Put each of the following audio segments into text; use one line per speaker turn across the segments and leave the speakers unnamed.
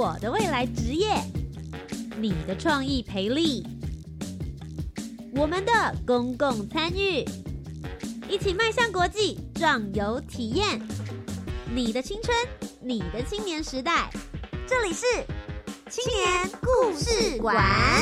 我的未来职业，你的创意培力，我们的公共参与，一起迈向国际，壮游体验。你的青春，你的青年时代，这里是青年故事馆。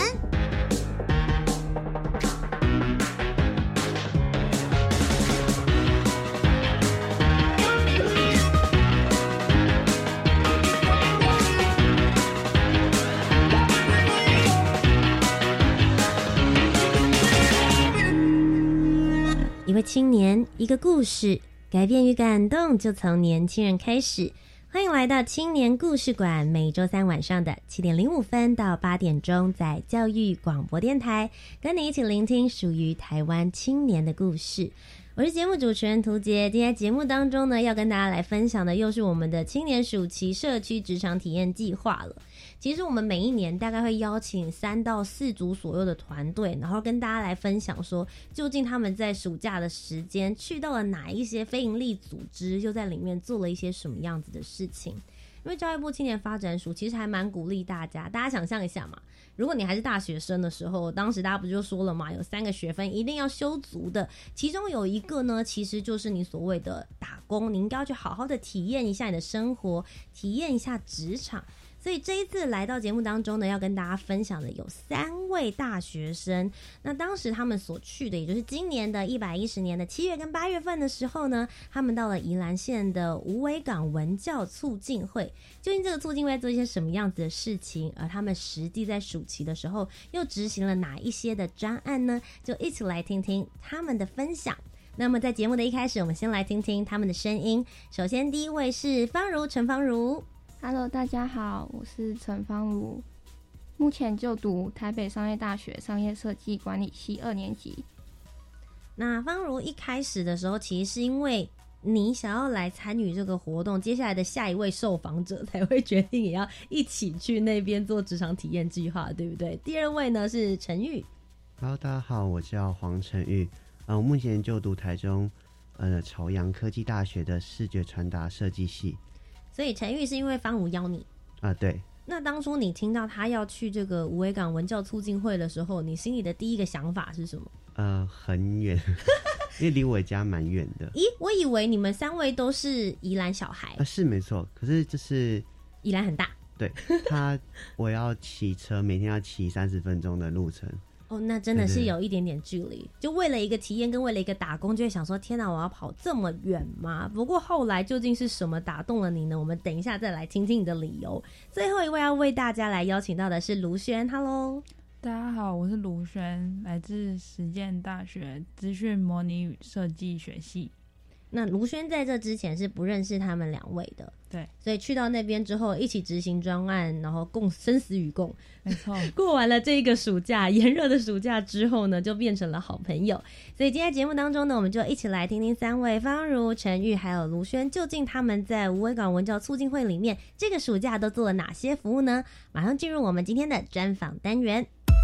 一位青年，一个故事，改变与感动就从年轻人开始。欢迎来到青年故事馆，每周三晚上的7点05分到8点钟，在教育广播电台，跟你一起聆听属于台湾青年的故事。我是节目主持人涂杰，今天节目当中呢，要跟大家来分享的又是我们的青年暑期社区职场体验计划了。其实我们每一年大概会邀请3到4组左右的团队，然后跟大家来分享说，究竟他们在暑假的时间去到了哪一些非营利组织，又在里面做了一些什么样子的事情。因为教育部青年发展署其实还蛮鼓励大家想象一下嘛，如果你还是大学生的时候，当时大家不就说了嘛，有3个学分一定要修足的，其中有一个呢，其实就是你所谓的打工，你应该要去好好的体验一下你的生活，体验一下职场。所以这一次来到节目当中呢，要跟大家分享的有3位大学生。那当时他们所去的，也就是今年的110年的7月跟8月份的时候呢，他们到了宜兰县的无尾港文教促进会。究竟这个促进会做一些什么样子的事情，而他们实际在暑期的时候又执行了哪一些的专案呢？就一起来听听他们的分享。那么在节目的一开始，我们先来听听他们的声音。首先第一位是方如，陈方如。
Hello， 大家好，我是陈方如，目前就读台北商业大学商业设计管理系2年级。
那方如一开始的时候，其实是因为你想要来参与这个活动，接下来的下一位受访者才会决定也要一起去那边做职场体验计划，对不对？第2位呢是陈玉。
Hello， 大家好，我叫黄陈玉，我目前就读台中朝阳科技大学的视觉传达设计系。
所以陈玉是因为方如邀你
啊？对。
那当初你听到他要去这个无尾港文教促进会的时候，你心里的第一个想法是什么？
很远，因为离我家蛮远的。
咦，我以为你们3位都是宜兰小孩。
是没错，可是就是
宜兰很大。
对，我要骑车，每天要骑30分钟的路程。
哦，那真的是有一点点距离，就为了一个体验跟为了一个打工，就会想说天哪，我要跑这么远吗？不过后来究竟是什么打动了你呢？我们等一下再来听听你的理由。最后一位要为大家来邀请到的是卢轩。 Hello，
大家好，我是卢轩，来自实践大学资讯模拟与设计学系。
那卢轩在这之前是不认识他们2位的，
对，
所以去到那边之后一起执行专案，然后生死与共，
没错。
过完了这一个暑假，炎热的暑假之后呢，就变成了好朋友。所以今天节目当中呢，我们就一起来听听3位方如、陈玉还有卢轩，究竟他们在无尾港文教促进会里面这个暑假都做了哪些服务呢？马上进入我们今天的专访单元，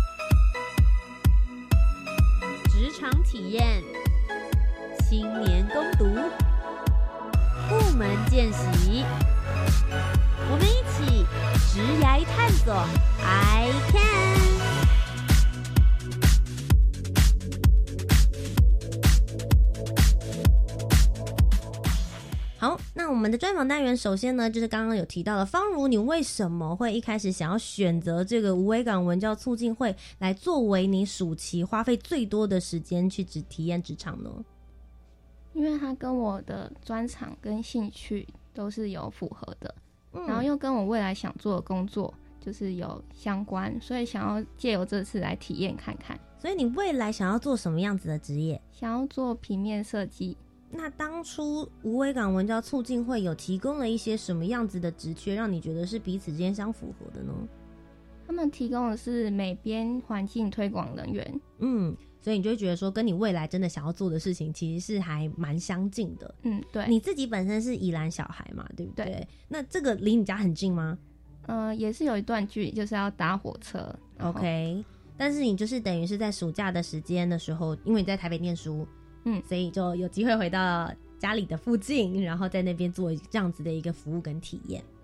职场体验，青年攻读，部门见习，我们一起职涯探索 I Can。 好，那我们的专访单元首先呢，就是刚刚有提到了方如，你为什么会一开始想要选择这个无尾港文教促进会来作为你暑期花费最多的时间去体验职场呢？
因为它跟我的专长跟兴趣都是有符合的，然后又跟我未来想做的工作就是有相关，所以想要借由这次来体验看看。
所以你未来想要做什么样子的职业？
想要做平面设计。
那当初无尾港文教促进会有提供了一些什么样子的职缺，让你觉得是彼此之间相符合的呢？
他们提供的是美编环境推广人员。
所以你就会觉得说跟你未来真的想要做的事情其实是还蛮相近的。
对。
你自己本身是宜兰小孩嘛，对不对？对。那这个离你家很近吗？
也是有一段距离，就是要搭火车。
OK， 但是你就是等于是在暑假的时间的时候，因为你在台北念书，所以就有机会回到家里的附近，然后在那边做这样子的一个服务跟体验。
对。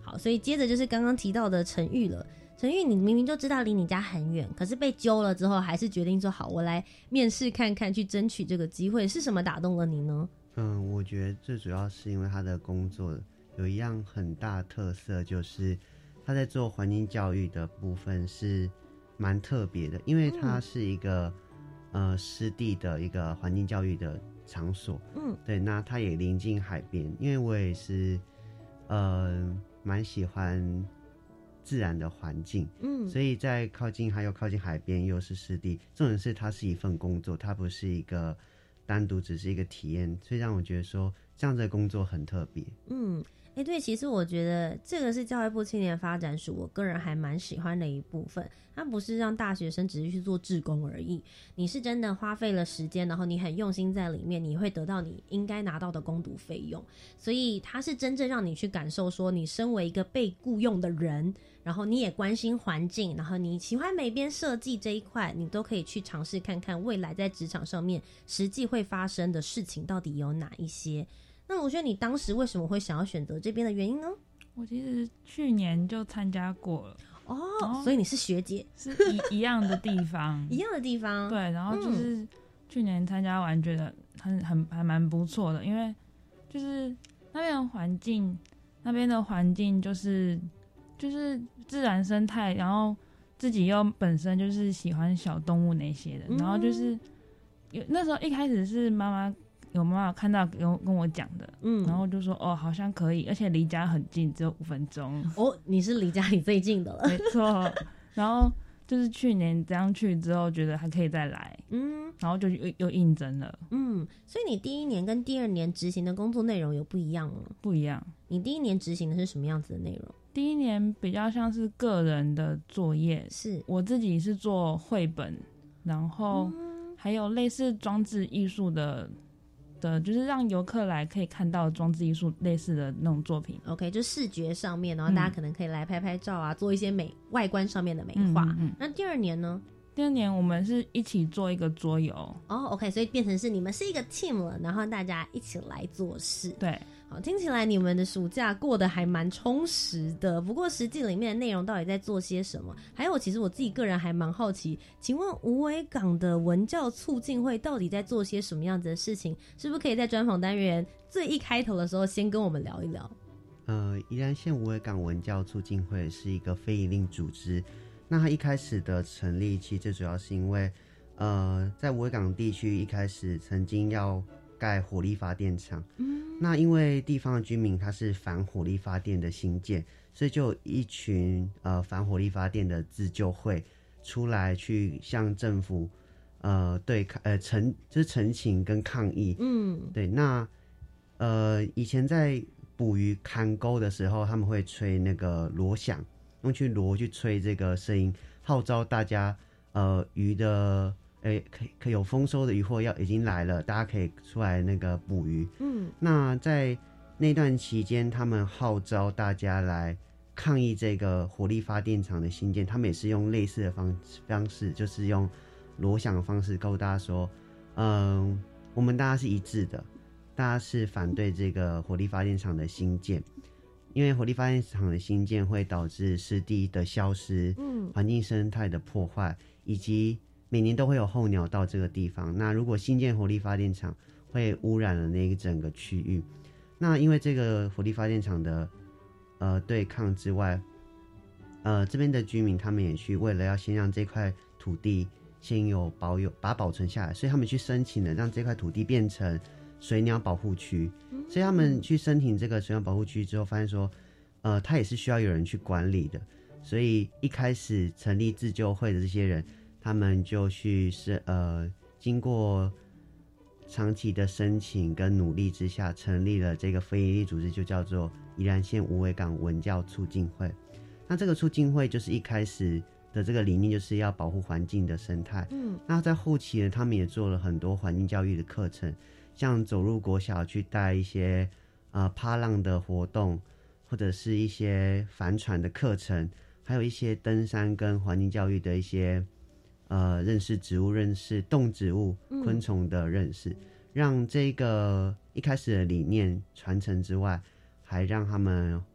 好，所以接着就是刚刚提到的陈玉了。陈玉，你明明就知道离你家很远，可是被揪了之后，还是决定说好，我来面试看看，去争取这个机会，是什么打动了你呢？
我觉得最主要是因为他的工作有一样很大的特色，就是他在做环境教育的部分是蛮特别的，因为它是一个湿地的一个环境教育的场所。对，那它也临近海边，因为我也是蛮喜欢自然的环境，所以在还有靠近海边又是湿地，重点是它是一份工作，它不是一个单独只是一个体验，所以让我觉得说这样的工作很特别。
对，其实我觉得这个是教育部青年发展署我个人还蛮喜欢的一部分，它不是让大学生只是去做志工而已，你是真的花费了时间，然后你很用心在里面，你会得到你应该拿到的工读费用，所以它是真正让你去感受说你身为一个被雇用的人，然后你也关心环境，然后你喜欢美编设计这一块，你都可以去尝试看看未来在职场上面实际会发生的事情到底有哪一些。那我觉得你当时为什么会想要选择这边的原因呢？
我其实去年就参加过了
所以你是学姐，
是一样的地方
一样的地方。
对，然后就是去年参加完觉得还蛮不错的，因为就是那边的环境就是自然生态，然后自己又本身就是喜欢小动物那些的，然后就是那时候一开始是妈妈看到跟我讲的，然后就说好像可以，而且离家很近，只有5分钟。
你是离家里最近的了。
没错。然后就是去年这样去之后，觉得还可以再来，然后就又应征了。
所以你第一年跟第2年执行的工作内容有不一样吗？
不一样。
你第1年执行的是什么样子的内容？
第1年比较像是个人的作业，
是
我自己是做绘本，然后还有类似装置艺术的，就是让游客来可以看到装置艺术类似的那种作品。
OK， 就视觉上面，然后大家可能可以来拍拍照啊，做一些外观上面的美化。那第2年呢？
第2年我们是一起做一个桌游。
OK， 所以变成是你们是一个 team 了，然后大家一起来做事。
对，
好，听起来你们的暑假过得还蛮充实的。不过实际里面的内容到底在做些什么？还有，其实我自己个人还蛮好奇，请问无尾港的文教促进会到底在做些什么样子的事情？是不是可以在专访单元最一开头的时候先跟我们聊一聊？
宜兰县无尾港文教促进会是一个非营利组织。那它一开始的成立，其实最主要是因为，在无尾港地区一开始曾经要盖火力发电厂，那因为地方的居民他是反火力发电的兴建，所以就有一群反火力发电的自救会出来去向政府对就是陈情跟抗议。对，那以前在捕鱼砍钩的时候，他们会吹那个锣响。用锣去吹这个声音，号召大家，鱼的，可有丰收的渔获已经来了，大家可以出来那个捕鱼。那在那段期间，他们号召大家来抗议这个火力发电厂的兴建，他们也是用类似的方式，就是用锣响的方式告诉大家说，我们大家是一致的，大家是反对这个火力发电厂的兴建。因为火力发电厂的兴建会导致湿地的消失，环境生态的破坏，以及每年都会有候鸟到这个地方。那如果新建火力发电厂，会污染了那一整个区域。那因为这个火力发电厂的对抗之外，这边的居民他们也去为了要先让这块土地先把它保存下来，所以他们去申请了让这块土地变成水鸟保护区。所以他们去申请这个水鸟保护区之后，发现说，它也是需要有人去管理的。所以一开始成立自救会的这些人，他们就经过长期的申请跟努力之下，成立了这个非营利组织，就叫做宜兰县无尾港文教促进会。那这个促进会就是一开始的这个理念，就是要保护环境的生态。那在后期呢，他们也做了很多环境教育的课程。像走入国小去带一些趴浪的活动，或者是一些帆船的课程，还有一些登山跟环境教育的一些认识植物、认识动植物、昆虫的认识，让这个一开始的理念传承之外，还让他们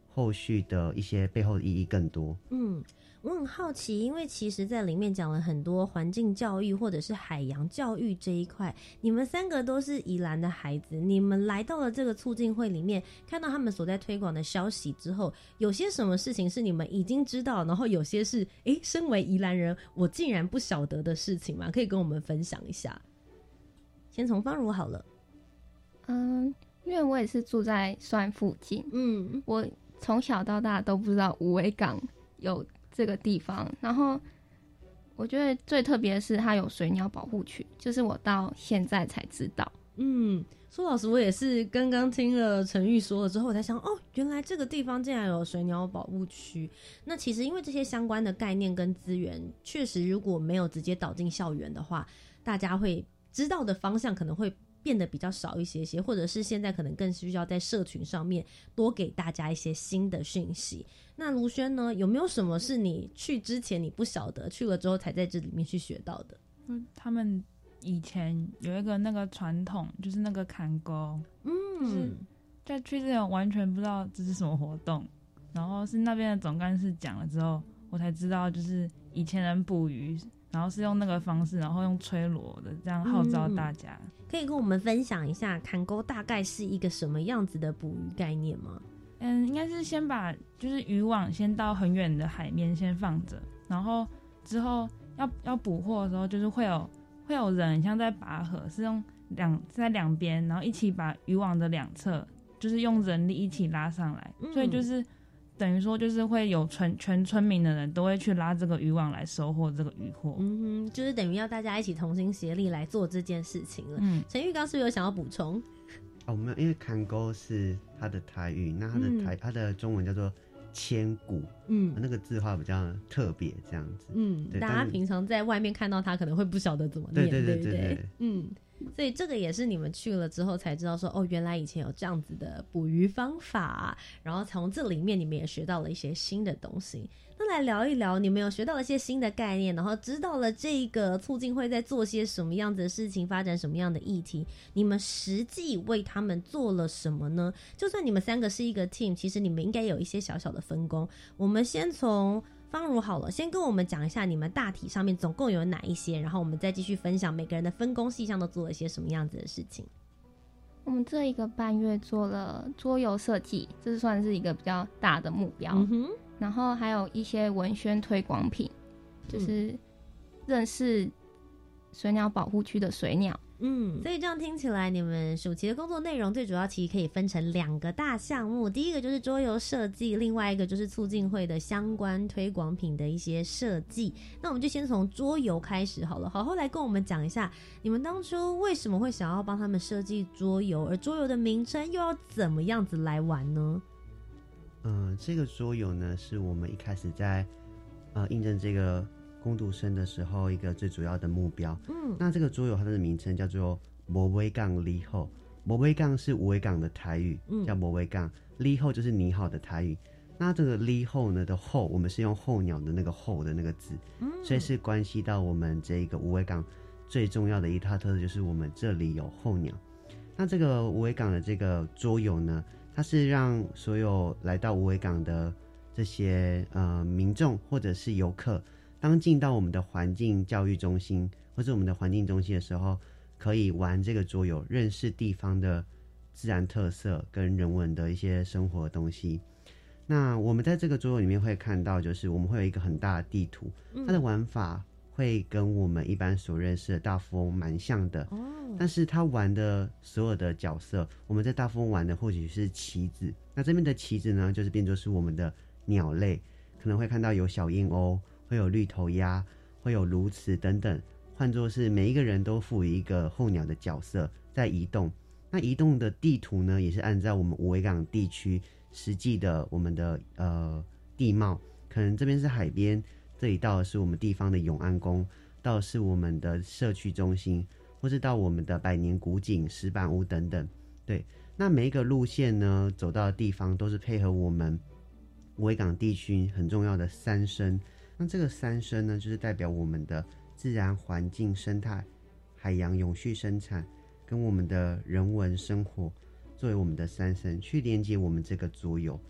后续的一些背后的意义更多。
我很好奇，因为其实在里面讲了很多环境教育或者是海洋教育这一块，你们3个都是宜兰的孩子，你们来到了这个促进会里面，看到他们所在推广的消息之后，有些什么事情是你们已经知道，然后有些是身为宜兰人我竟然不晓得的事情吗？可以跟我们分享一下。先从芳如好了。
因为我也是住在算附近，我从小到大都不知道无尾港有这个地方，然后我觉得最特别的是它有水鸟保护区，就是我到现在才知道。
说老实，我也是刚刚听了陈玉说了之后，我才想原来这个地方竟然有水鸟保护区。那其实因为这些相关的概念跟资源，确实如果没有直接导进校园的话，大家会知道的方向可能会变得比较少一些，或者是现在可能更需要在社群上面多给大家一些新的讯息。那卢轩呢，有没有什么是你去之前你不晓得，去了之后才在这里面去学到的？
他们以前有一个那个传统，就是那个砍钩，就是在去之前完全不知道这是什么活动，然后是那边的总干事讲了之后，我才知道就是以前人捕鱼，然后是用那个方式，然后用吹锣的这样号召大家。
可以跟我们分享一下砍钩大概是一个什么样子的捕鱼概念吗？
应该是先把就是渔网先到很远的海面先放着，然后之后要捕获的时候，就是会有人像在拔河，是用在两边，然后一起把渔网的两侧，就是用人力一起拉上来，所以就是等于说就是会有全村民的人都会去拉这个渔网来收获这个渔获。
就是等于要大家一起同心协力来做这件事情了。陈玉刚是不是有想要补充？
没有，因为砍钩是它的台语，那它的中文叫做千古，那个字画比较特别，这样子。
大家平常在外面看到它，可能会不晓得怎么念，对不对？所以这个也是你们去了之后才知道说，原来以前有这样子的捕鱼方法，然后从这里面你们也学到了一些新的东西。那来聊一聊，你们有学到了一些新的概念，然后知道了这个促进会在做些什么样子的事情，发展什么样的议题，你们实际为他们做了什么呢？就算你们3个是一个 team， 其实你们应该有一些小小的分工。我们先从芳如好了，先跟我们讲一下你们大体上面总共有哪一些，然后我们再继续分享每个人的分工细项都做了些什么样子的事情。
我们这1个半月做了桌游设计，这算是一个比较大的目标。然后还有一些文宣推广品，就是认识水鸟保护区的水鸟。
所以这样听起来，你们暑期的工作内容最主要其实可以分成2个大项目，第一个就是桌游设计，另外一个就是促进会的相关推广品的一些设计。那我们就先从桌游开始好了，好好来跟我们讲一下，你们当初为什么会想要帮他们设计桌游，而桌游的名称又要怎么样子来玩呢？
这个桌游呢，是我们一开始在应征这个工读生的时候一个最主要的目标。那这个桌游它的名称叫做无尾港里后，无尾港是无尾港的台语，叫无尾港，里后就是你好的台语。那这个里后呢的后，我们是用候鸟的那个后的那个字，所以是关系到我们这个无尾港最重要的一大特色，就是我们这里有候鸟。那这个无尾港的这个桌游呢，它是让所有来到无尾港的这些民众或者是游客，当进到我们的环境教育中心或者我们的环境中心的时候，可以玩这个桌游，认识地方的自然特色跟人文的一些生活的东西。那我们在这个桌游里面会看到，就是我们会有一个很大的地图，它的玩法会跟我们一般所认识的大富翁蛮像的，但是他玩的所有的角色，我们在大富翁玩的或许是棋子，那这边的棋子呢，就是变作是我们的鸟类，可能会看到有小燕鸥，会有绿头鸭，会有鸬鹚等等，换作是每一个人都赋予一个候鸟的角色在移动。那移动的地图呢，也是按照我们无尾港地区实际的我们的地貌，可能这边是海边，这里到的是我们地方的永安宫，到的是我们的社区中心，或是到我们的百年古井、石板屋等等。对，那每一个路线呢，走到的地方都是配合我们无尾港地区很重要的3声。那这个3声呢，就是代表我们的自然环境生态、海洋永续生产跟我们的人文生活，作为我们的3声去连接我们这个桌游。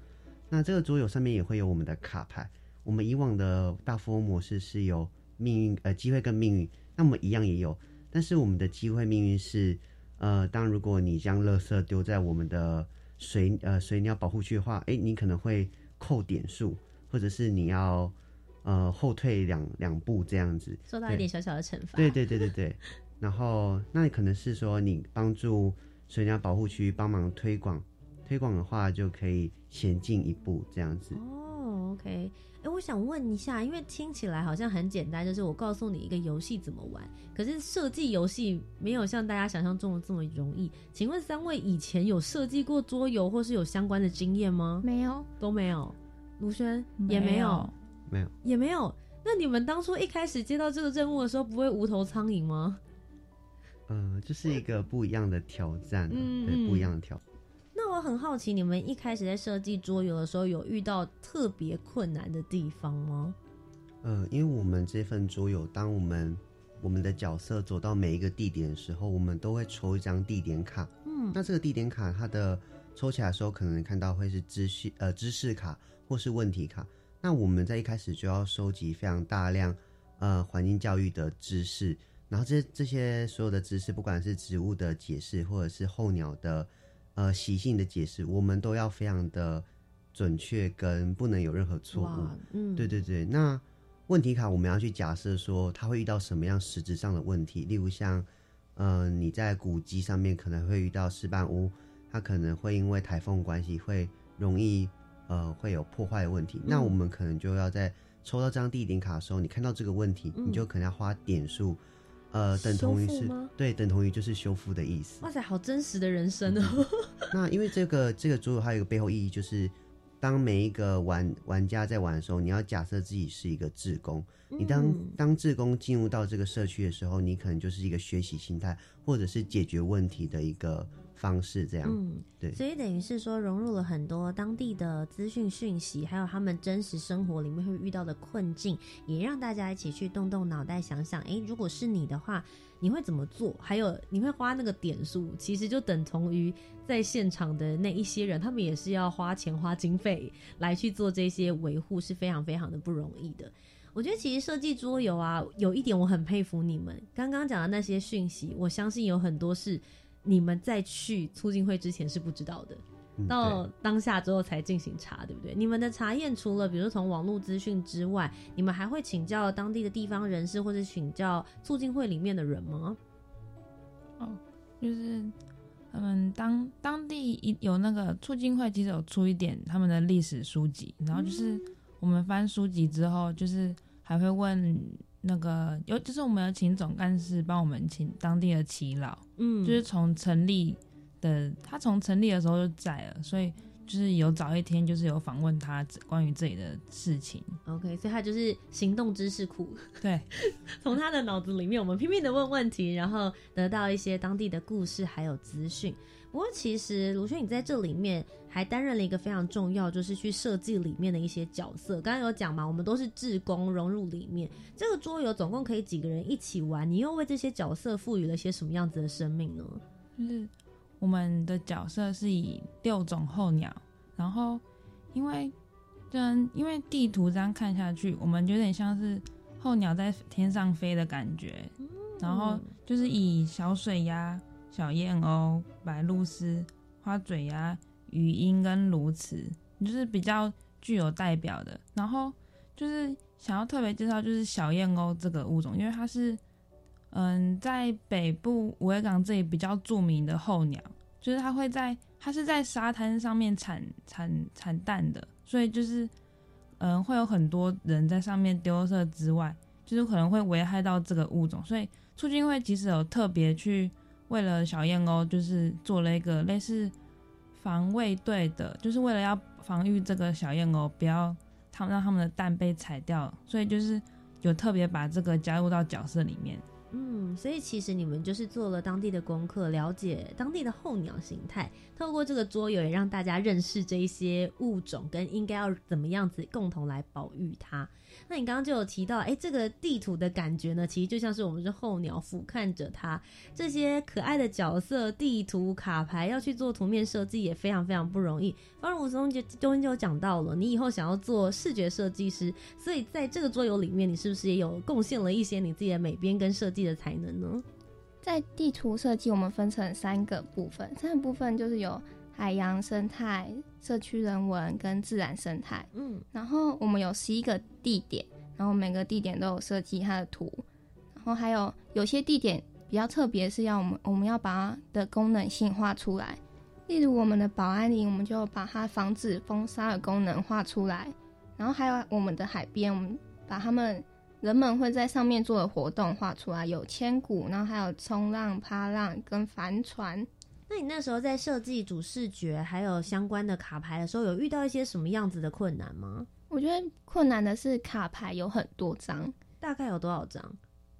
那这个桌游上面也会有我们的卡牌。我们以往的大富翁模式是有机会跟命运，那我们一样也有，但是我们的机会命运是，如果你将垃圾丢在我们的水鸟保护区的话，你可能会扣点数，或者是你要后退两步这样子，
受到一点小小的惩罚。
对。然后那可能是说你帮助水鸟保护区帮忙推广的话，就可以前进一步这样子。
哦 ，OK。我想问一下，因为听起来好像很简单，就是我告诉你一个游戏怎么玩，可是设计游戏没有像大家想象中的这么容易。请问3位以前有设计过桌游或是有相关的经验吗？
没有，
都没有。卢轩也没有，也没有。那你们当初一开始接到这个任务的时候，不会无头苍蝇吗？
就是一个不一样的挑战，对，不一样的挑战。
那我很好奇，你们一开始在设计桌游的时候，有遇到特别困难的地方吗？
因为我们这份桌游，当我们的角色走到每一个地点的时候，我们都会抽一张地点卡。那这个地点卡，它的抽起来的时候，可能看到会是知识卡或是问题卡。那我们在一开始就要收集非常大量环境教育的知识，然后这些所有的知识，不管是植物的解释，或者是候鸟的习性的解释，我们都要非常的准确，跟不能有任何错误。对。那问题卡我们要去假设说它会遇到什么样实质上的问题，例如像你在古迹上面可能会遇到石板屋，它可能会因为台风关系会容易会有破坏的问题。那我们可能就要在抽到这张地点卡的时候，你看到这个问题，你就可能要花点数。等同于是对，等同于就是修复的意思。
哇塞，好真实的人生哦！
那因为这个桌游还有一个背后意义，就是当每一个玩家在玩的时候，你要假设自己是一个志工。你当志工进入到这个社区的时候，你可能就是一个学习心态，或者是解决问题的一个方式这样。对，所
以等于是说融入了很多当地的资讯讯息，还有他们真实生活里面会遇到的困境，也让大家一起去动动脑袋想想，如果是你的话你会怎么做，还有你会花那个点数，其实就等同于在现场的那一些人，他们也是要花钱花经费来去做这些维护，是非常非常的不容易的。我觉得其实设计桌游啊，有一点我很佩服你们刚刚讲的那些讯息，我相信有很多是你们在去促进会之前是不知道的，到当下之后才进行查，对不对？你们的查验除了比如说从网络资讯之外，你们还会请教当地的地方人士，或者请教促进会里面的人吗？
就是他们当地有那个促进会，其实有出一点他们的历史书籍，然后就是我们翻书籍之后，就是还会问那个就是我们有请总干事帮我们请当地的耆老，就是从成立的，他从成立的时候就在了，所以就是有早一天就是有访问他关于这里的事情。
OK， 所以他就是行动知识库。
对，
从他的脑子里面我们拼命的问问题，然后得到一些当地的故事还有资讯。不过其实卢轩你在这里面还担任了一个非常重要，就是去设计里面的一些角色。刚刚有讲嘛，我们都是志工融入里面，这个桌游总共可以几个人一起玩，你又为这些角色赋予了些什么样子的生命呢？
就是我们的角色是以6种候鸟，然后因为地图这样看下去，我们有点像是候鸟在天上飞的感觉，然后就是以小水鸭、小燕鸥、白鹭鸶、花嘴鸭、语音跟鸬鹚，就是比较具有代表的。然后就是想要特别介绍就是小燕鸥这个物种，因为它是在北部五尾港这里比较著名的候鸟，就是它是在沙滩上面产蛋的，所以就是会有很多人在上面丢垃圾之外，就是可能会危害到这个物种，所以促进会其实有特别去为了小燕鸥就是做了一个类似防卫队的，就是为了要防御这个小燕鸥不要让他们的蛋被踩掉，所以就是有特别把这个加入到角色里面。
所以其实你们就是做了当地的功课，了解当地的候鸟形态，透过这个桌游也让大家认识这一些物种跟应该要怎么样子共同来保育它。 那你刚刚就有提到，这个地图的感觉呢，其实就像是我们是候鸟俯瞰着它，这些可爱的角色、地图、卡牌要去做图面设计也非常非常不容易。方如中就讲到了，你以后想要做视觉设计师，所以在这个桌游里面，你是不是也有贡献了一些你自己的美编跟设计的才能呢？
在地图设计，我们分成3个部分，3个部分就是有海洋生态、社区人文跟自然生态。然后我们有11个地点，然后每个地点都有设计它的图，然后还有些地点比较特别，是我们要把它的功能性画出来。例如我们的保安林，我们就把它防止风沙的功能画出来。然后还有我们的海边，我们把人们会在上面做的活动画出来，有千古，然后还有冲浪、趴浪跟帆船。
那你那时候在设计主视觉还有相关的卡牌的时候，有遇到一些什么样子的困难吗？
我觉得困难的是卡牌有很多张。
大概有多少张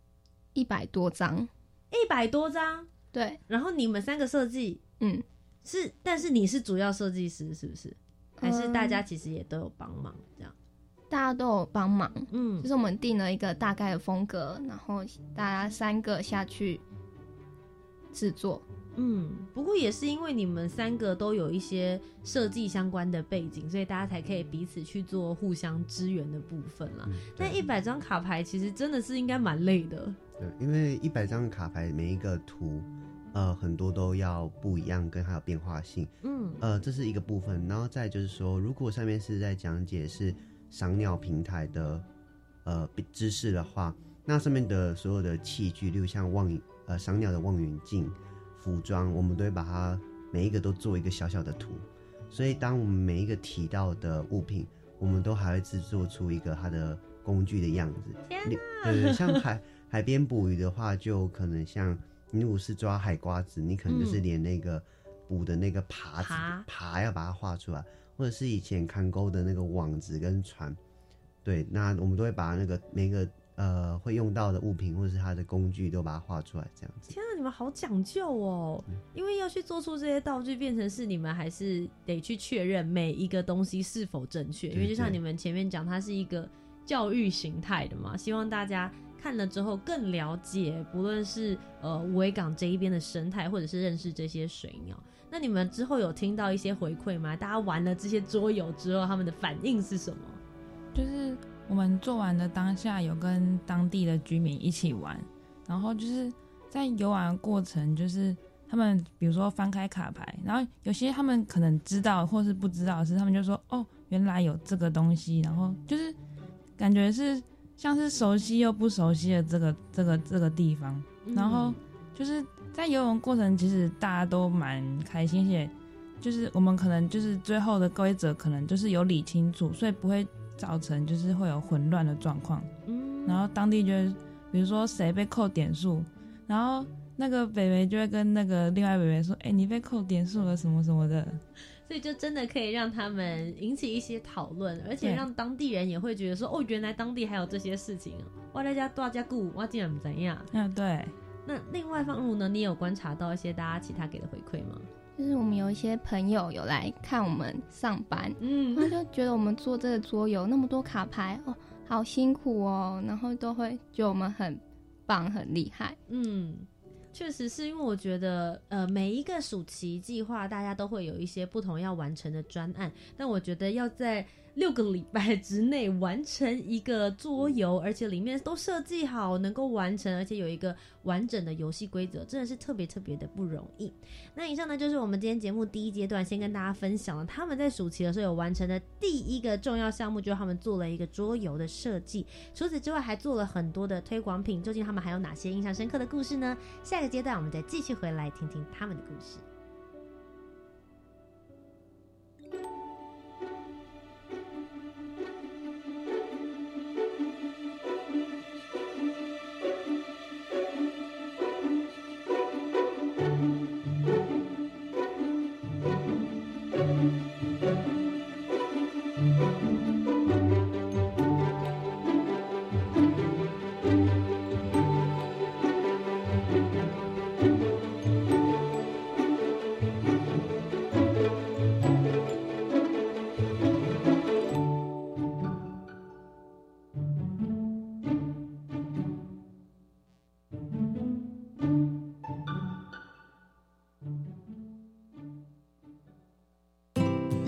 ？100多张。
100多张？
对。
然后你们3个设计，但是你是主要设计师是不是？还是大家其实也都有帮忙这样？
大家都有帮忙，就是我们定了一个大概的风格，然后大家3个下去制作。
不过也是因为你们3个都有一些设计相关的背景，所以大家才可以彼此去做互相支援的部分啦。但100张卡牌其实真的是应该蛮累的。
对，因为100张卡牌每一个图，很多都要不一样，跟还有变化性。这是一个部分。然后再就是说，如果上面是在讲解是赏鸟平台的知识的话，那上面的所有的器具，例如像赏鸟的望远镜、服装，我们都会把它每一个都做一个小小的图。所以当我们每一个提到的物品，我们都还会制作出一个它的工具的样子。
天哪！
对，像海边捕鱼的话，就可能像你如果是抓海瓜子，你可能就是连那个捕的那个耙要把它画出来，或者是以前看钩的那个网子跟船。对，那我们都会把那个每个会用到的物品或者是它的工具都把它画出来，这样子。
天啊，你们好讲究哦！因为要去做出这些道具，变成是你们还是得去确认每一个东西是否正确。因为就像你们前面讲，它是一个教育形态的嘛，希望大家看了之后更了解，不论是无尾港这一边的生态，或者是认识这些水鸟。那你们之后有听到一些回馈吗？大家玩了这些桌游之后，他们的反应是什么？
就是我们做完的当下，有跟当地的居民一起玩，然后就是在游玩的过程，就是他们比如说翻开卡牌，然后有些他们可能知道或是不知道的是，他们就说哦，原来有这个东西，然后就是感觉是像是熟悉又不熟悉的这个地方，然后就是在游泳过程，其实大家都蛮开心，且就是我们可能就是最后的规则可能就是有理清楚，所以不会造成就是会有混乱的状况。然后当地就会比如说谁被扣点数，然后那个北北就会跟那个另外北北说，你被扣点数了什么什么的，
所以就真的可以让他们引起一些讨论，而且让当地人也会觉得说，哦，原来当地还有这些事情啊！我在家大家顾，我竟然不怎样。
对。
那另外方如呢，你有观察到一些大家其他给的回馈吗？
就是我们有一些朋友有来看我们上班，他就觉得我们做这个桌游那么多卡牌哦，好辛苦哦，然后都会觉得我们很棒很厉害。
确实是因为我觉得每一个暑期计划大家都会有一些不同要完成的专案，但我觉得要在6个礼拜之内完成一个桌游，而且里面都设计好能够完成，而且有一个完整的游戏规则，真的是特别特别的不容易。那以上呢就是我们今天节目第一阶段先跟大家分享了他们在暑期的时候有完成的第一个重要项目，就是他们做了一个桌游的设计。除此之外还做了很多的推广品，究竟他们还有哪些印象深刻的故事呢？下个阶段我们再继续回来听听他们的故事。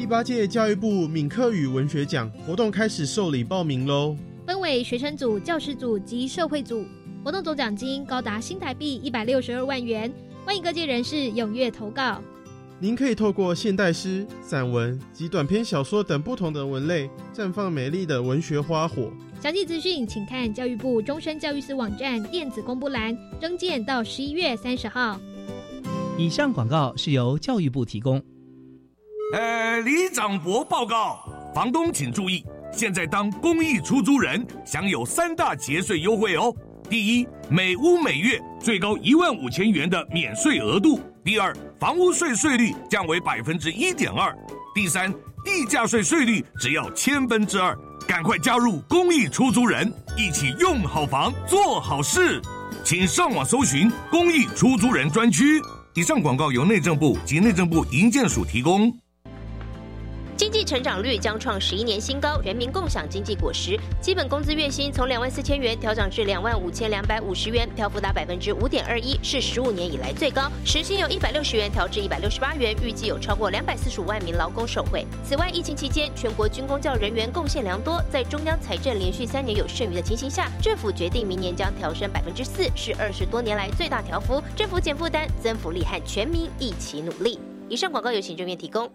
第8届教育部闽客语文学奖活动开始受理报名咯，
分为学生组、教师组及社会组，活动总奖金高达新台币162万元，欢迎各界人士踊跃投稿。
您可以透过现代诗、散文及短篇小说等不同的文类，绽放美丽的文学花火。
详细资讯请看教育部终身教育司网站电子公布栏，征件到11月30号。
以上广告是由教育部提供。
李长博报告，房东请注意，现在当公益出租人享有3大节税优惠哦。第一，每屋每月最高15000元的免税额度；第二，房屋税税率降为1.2%；第三，地价税税率只要2%。赶快加入公益出租人，一起用好房做好事。请上网搜寻公益出租人专区。以上广告由内政部及内政部营建署提供。
经济成长率将创11年新高，人民共享经济果实。基本工资月薪从24000元调涨至25250元，漂幅达5.21%，是15年以来最高。时薪由160元调至168元，预计有超过245万名劳工受惠。此外，疫情期间全国军公教人员贡献良多，在中央财政连续3年有剩余的情形下，政府决定明年将调升4%，是20多年来最大调幅。政府减负担、增福利和全民一起努力。以上广告由行政院提供。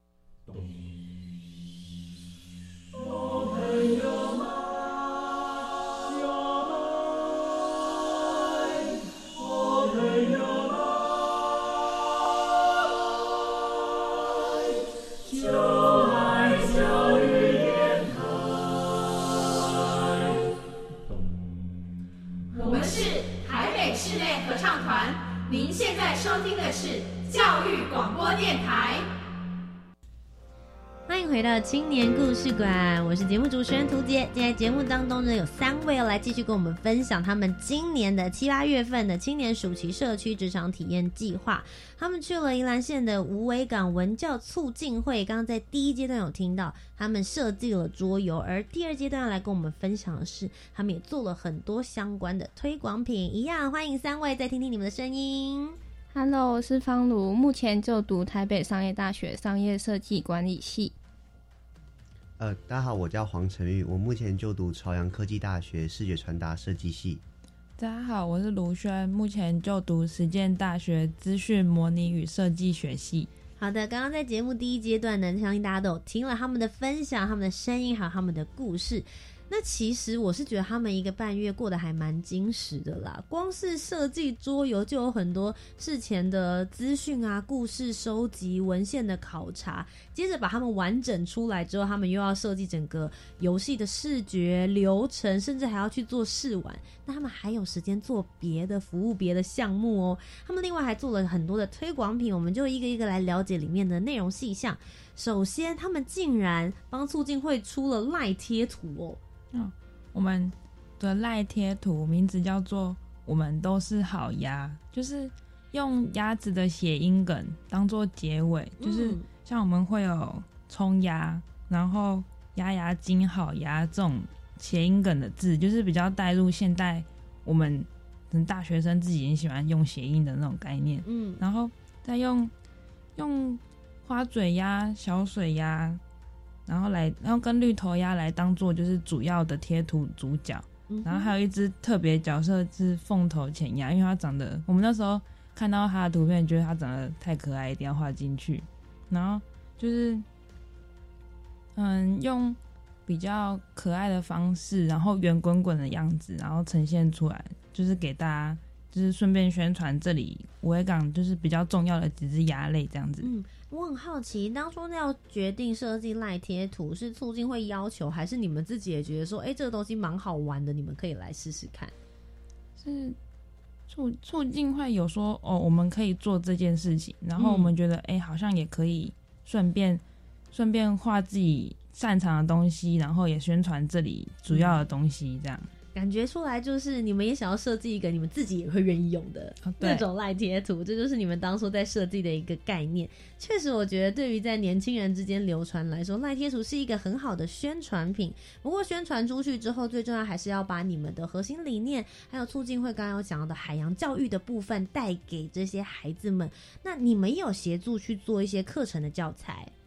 我们是台北室内合唱团，您现在收听的是教育广播电台。
欢迎回到青年故事馆，我是节目主持人涂杰。今天节目当中呢，有3位要来继续跟我们分享他们今年的7、8月份的青年暑期社区职场体验计划。他们去了宜兰县的无尾港文教促进会，刚刚在第1阶段有听到他们设计了桌游，而第2阶段要来跟我们分享的是他们也做了很多相关的推广品。一样欢迎3位，再听听你们的声音。
Hello， 我是方如，目前就读台北商业大学商业设计管理系。
大家好，我叫黄成玉，我目前就读朝阳科技大学视觉传达设计系。
大家好，我是卢轩，目前就读实践大学资讯模拟与设计学系。
好的，刚刚在节目第1阶段呢，相信大家都有听了他们的分享、他们的声音还有他们的故事。那其实我是觉得他们1个半月过得还蛮精实的啦，光是设计桌游就有很多事前的资讯啊、故事收集、文献的考察，接着把他们完整出来之后，他们又要设计整个游戏的视觉流程，甚至还要去做试玩。那他们还有时间做别的服务、别的项目哦。他们另外还做了很多的推广品，我们就一个一个来了解里面的内容细项。首先，他们竟然帮促进会出了赖贴图哦。
我们的赖贴图名字叫做我们都是好鸭，就是用鸭子的谐音梗当做结尾，就是像我们会有冲鸭，然后鸭鸭金好鸭这种谐音梗的字，就是比较带入现代我们大学生自己很喜欢用谐音的那种概念。然后再用花嘴鸭、小水鸭，然后跟绿头鸭来当做就是主要的贴图主角。然后还有一只特别角色是凤头浅鸭，因为它长得，我们那时候看到它的图片觉得它长得太可爱，一定要画进去。然后就是用比较可爱的方式，然后圆滚滚的样子，然后呈现出来，就是给大家就是顺便宣传这里无尾港就是比较重要的几只鸭类这样子。
我很好奇，当初要决定设计赖贴图是促进会要求，还是你们自己也觉得说这个东西蛮好玩的，你们可以来试试看？
是促进会有说我们可以做这件事情，然后我们觉得好像也可以顺便画自己擅长的东西，然后也宣传这里主要的东西，这样
感觉出来就是你们也想要设计一个你们自己也会愿意用的那种赖贴图，这就是你们当初在设计的一个概念。确实我觉得对于在年轻人之间流传来说，赖贴图是一个很好的宣传品。不过宣传出去之后，最重要还是要把你们的核心理念还有促进会刚刚有讲到的海洋教育的部分带给这些孩子们。那你们也有协助去做一些课程的教材？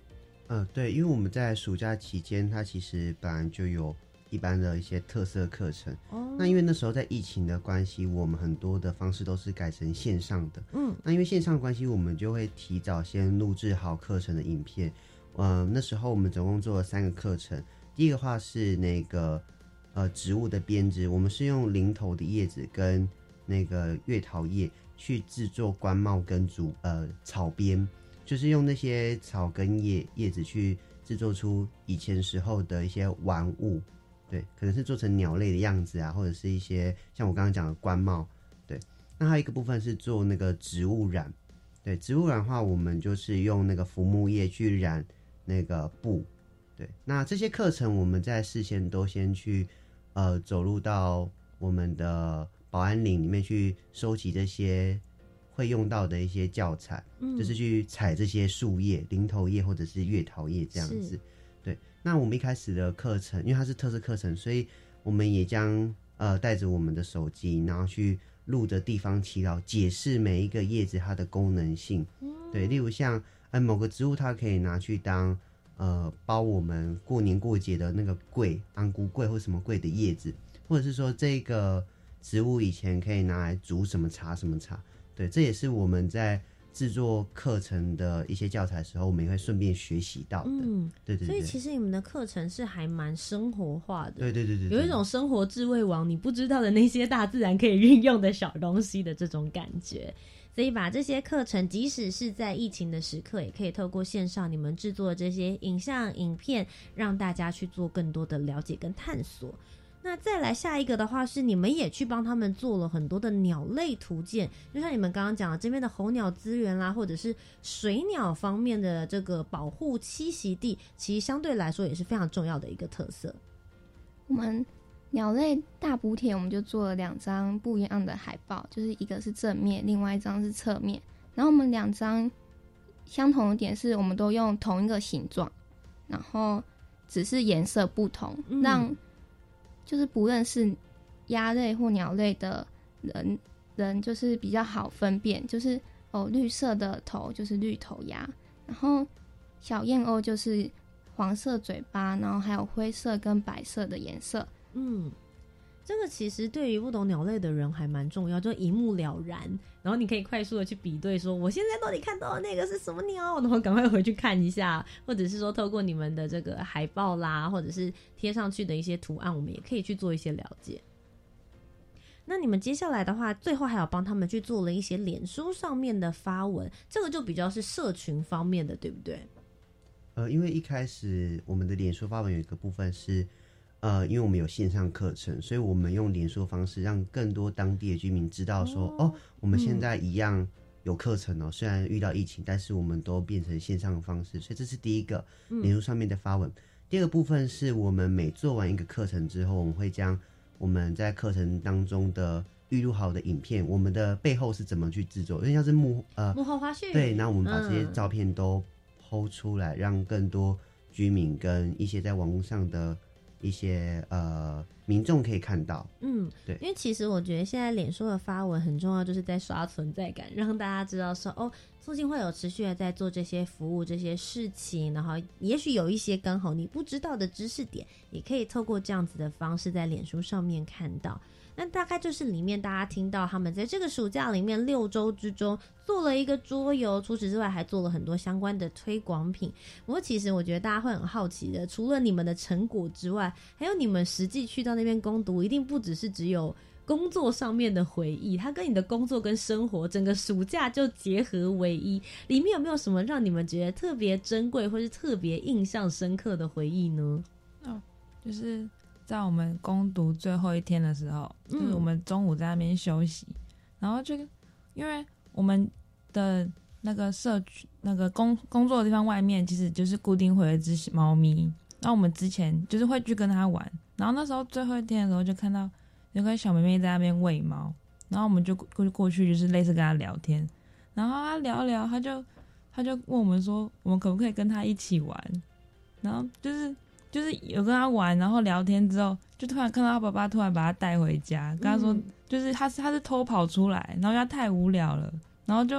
对，因为我们在暑假期间，它其实本来就有一般的一些特色课程。那因为那时候在疫情的关系，我们很多的方式都是改成线上的。那因为线上的关系，我们就会提早先录制好课程的影片。那时候我们总共做了3个课程。第一个话是那个植物的编织，我们是用林头的叶子跟那个月桃叶去制作冠帽跟草编。就是用那些草跟叶子去制作出以前时候的一些玩物，对，可能是做成鸟类的样子啊，或者是一些像我刚刚讲的冠帽，对。那还有一个部分是做那个植物染，对，植物染的话，我们就是用那个浮木叶去染那个布，对。那这些课程我们在事先都先去走入到我们的保安岭里面去收集这些会用到的一些教材，就是去采这些树叶、林头叶或者是月桃叶这样子。对，那我们一开始的课程，因为它是特色课程，所以我们也将带着我们的手机，然后去录着地方祈祷，解释每一个叶子它的功能性。对，例如像某个植物它可以拿去当包我们过年过节的那个桂、安菇桂或什么桂的叶子，或者是说这个植物以前可以拿来煮什么茶什么茶。对，这也是我们在制作课程的一些教材的时候，我们也会顺便学习到的。对对对。
所以其实你们的课程是还蛮生活化的。
对对对对。
有一种生活智慧王你不知道的那些大自然可以运用的小东西的这种感觉。所以把这些课程，即使是在疫情的时刻，也可以透过线上你们制作的这些影像、影片，让大家去做更多的了解跟探索。那再来下一个的话是你们也去帮他们做了很多的鸟类图鉴，就像你们刚刚讲的这边的候鸟资源啦，或者是水鸟方面的这个保护栖息地，其实相对来说也是非常重要的一个特色。
我们鸟类大补帖我们就做了2张不一样的海报，就是一个是正面，另外一张是侧面。然后我们2张相同的点是我们都用同一个形状，然后只是颜色不同，让就是不认识鸭类或鸟类的人就是比较好分辨，就是绿色的头就是绿头鸭，然后小燕鸥就是黄色嘴巴，然后还有灰色跟白色的颜色。
这个其实对于不懂鸟类的人还蛮重要，就一目了然，然后你可以快速的去比对说我现在到底看到的那个是什么鸟，然后赶快回去看一下，或者是说透过你们的这个海报啦，或者是贴上去的一些图案，我们也可以去做一些了解。那你们接下来的话，最后还有帮他们去做了一些脸书上面的发文，这个就比较是社群方面的，对不对？
因为一开始我们的脸书发文有一个部分是因为我们有线上课程，所以我们用脸书的方式让更多当地的居民知道说我们现在一样有课程虽然遇到疫情，但是我们都变成线上的方式，所以这是第一个脸书上面的发文。第二个部分是我们每做完一个课程之后，我们会将我们在课程当中的预录好的影片，我们的背后是怎么去制作，因为像是幕
后花絮，
对，然后我们把这些照片都 po 出来，让更多居民跟一些在网络上的一些民众可以看到。对，
因为其实我觉得现在脸书的发文很重要，就是在刷存在感，让大家知道说促进会有持续的在做这些服务这些事情，然后也许有一些刚好你不知道的知识点，也可以透过这样子的方式在脸书上面看到。那大概就是里面大家听到他们在这个暑假里面6周之中做了一个桌游，除此之外还做了很多相关的推广品。不过其实我觉得大家会很好奇的，除了你们的成果之外，还有你们实际去到那边攻读，一定不只是只有工作上面的回忆，它跟你的工作跟生活整个暑假就结合为一。里面有没有什么让你们觉得特别珍贵或是特别印象深刻的回忆呢？
就是在我们攻读最后一天的时候，就是我们中午在那边休息，然后就因为我们的那个社区那个工作的地方外面其实就是固定会有一只猫咪，然后我们之前就是会去跟它玩，然后那时候最后一天的时候就看到有个小妹妹在那边喂猫，然后我们就过去就是类似跟她聊天，然后她聊聊，她就问我们说我们可不可以跟她一起玩，然后就是有跟他玩，然后聊天之后，就突然看到他爸爸突然把他带回家，跟他说，就是他是偷跑出来，然后他太无聊了，然后就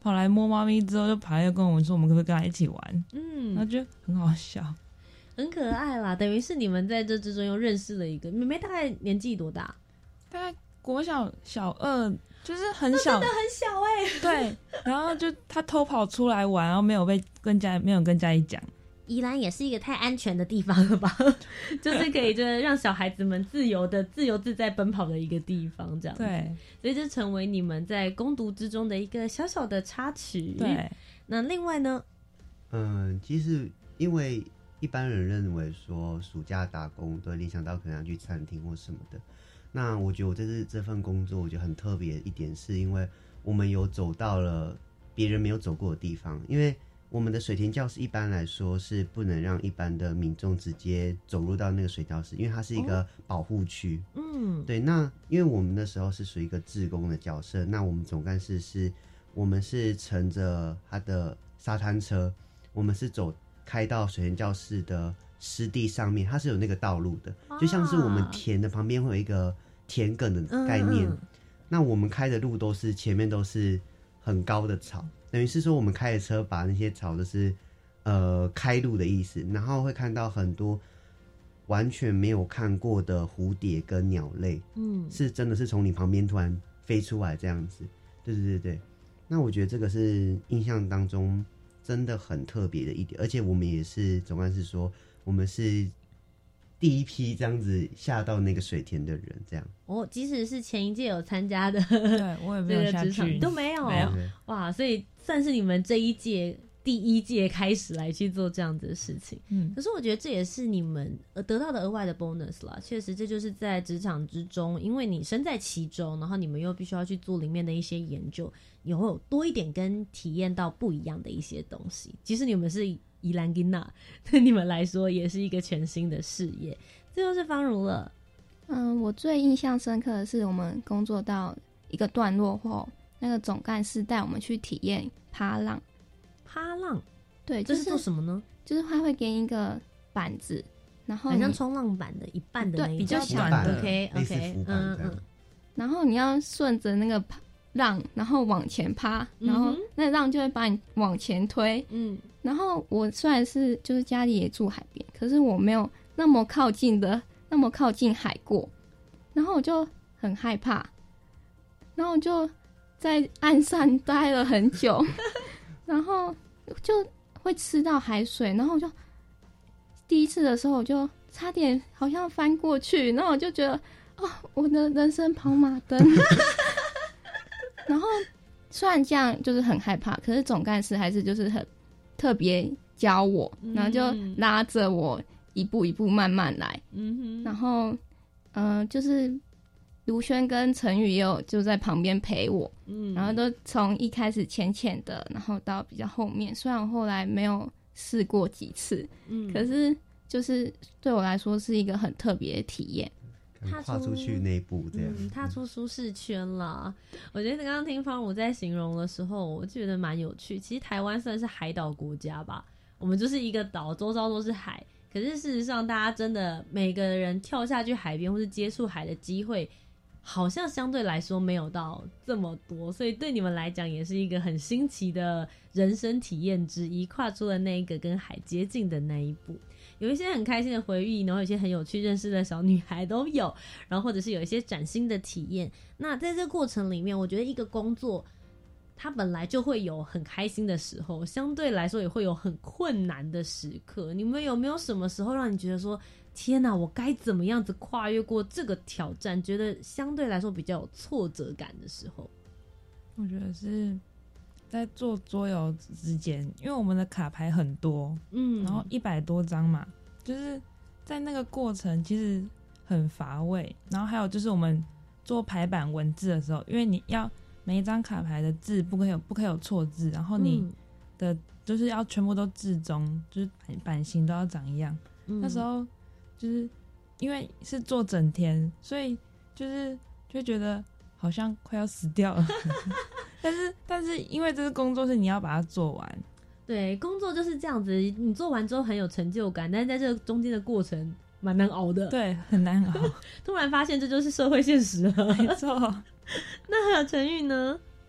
跑来摸猫咪之后，就跑来跟我们说我们可不可以跟他一起玩，然后就很好笑，
很可爱啦。等于是你们在这之中又认识了一个妹妹，大概年纪多大？
大概国小小2，就是很小，
真的很小
对，然后就他偷跑出来玩，然后没有跟家里讲。
宜兰也是一个太安全的地方了吧？就是可以就是让小孩子们自由自在奔跑的一个地方，这样子。
对，
所以就成为你们在攻读之中的一个小小的插曲。
对，
那另外呢？
其实因为一般人认为说暑假打工都会联想到可能要去餐厅或什么的。那我觉得我这份工作，我觉得很特别的一点，是因为我们有走到了别人没有走过的地方，因为我们的水田教室一般来说是不能让一般的民众直接走入到那个水教室，因为它是一个保护区。对。那因为我们那时候是属于一个志工的角色，那我们总干事我们是乘着他的沙滩车，我们是开到水田教室的湿地上面，它是有那个道路的，就像是我们田的旁边会有一个田埂的概念。那我们开的路前面都是很高的草，等于是说我们开的车把那些草都是开路的意思，然后会看到很多完全没有看过的蝴蝶跟鸟类，是真的是从你旁边突然飞出来这样子。对。那我觉得这个是印象当中真的很特别的一点，而且我们也是总干事说我们是第一批这样子下到那个水田的人，这样。
即使是前一届有参加的，
对我也没有下去，
都没有。哇，所以算是你们这一届第一届开始来去做这样子的事情。可是我觉得这也是你们得到的额外的 bonus 啦。确实这就是在职场之中，因为你身在其中，然后你们又必须要去做里面的一些研究，你会有多一点跟体验到不一样的一些东西。即使你们是宜兰囡仔，对你们来说也是一个全新的事业。最后是芳如了。
我最印象深刻的是我们工作到一个段落后，那个总干事带我们去体验趴浪。对，
这是做什么呢？
就是他会给你一个板子，然后
很像冲浪板的一半的那一种，
比较小的
OK，
然后你要顺着那个浪，然后往前趴，然后那浪就会把你往前推。然后我虽然是就是家里也住海边，可是我没有那么靠近海过，然后我就很害怕，然后我就在岸上待了很久，然后就会吃到海水，然后我就第一次的时候我就差点好像翻过去，然后我就觉得我的人生跑马灯。然后虽然这样就是很害怕，可是总干事还是就是很特别教我，然后就拉着我一步一步慢慢来。然后就是卢轩跟陈宇也有就在旁边陪我，然后都从一开始浅浅的，然后到比较后面，虽然我后来没有试过几次，可是就是对我来说是一个很特别的体验。
跨出去那一步，这样
踏出舒适圈了。我觉得刚刚听芳如在形容的时候，我觉得蛮有趣。其实台湾算是海岛国家吧，我们就是一个岛，周遭都是海。可是事实上，大家真的每个人跳下去海边或是接触海的机会，好像相对来说没有到这么多，所以对你们来讲也是一个很新奇的人生体验之一，跨出了那一个跟海接近的那一步。有一些很开心的回忆，然后有一些很有趣认识的小女孩都有，然后或者是有一些崭新的体验。那在这个过程里面，我觉得一个工作它本来就会有很开心的时候，相对来说也会有很困难的时刻。你们有没有什么时候让你觉得说天哪，我该怎么样子跨越过这个挑战，觉得相对来说比较有挫折感的时候？
我觉得是在做桌游之间，因为我们的卡牌很多，然后100多张嘛，就是在那个过程其实很乏味。然后还有就是我们做排版文字的时候，因为你要每一张卡牌的字不可以有错字，然后你的就是要全部都字中，就是版型都要长一样。那时候就是因为是做整天，所以就觉得好像快要死掉了。但是因为这个工作是你要把它做完，
对，工作就是这样子，你做完之后很有成就感，但是在这个中间的过程蛮难熬的，
对，很难熬。
突然发现这就是社会现实了，
没错。
那还有陈玉呢？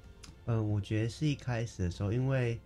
我觉得是一开始的时候，因为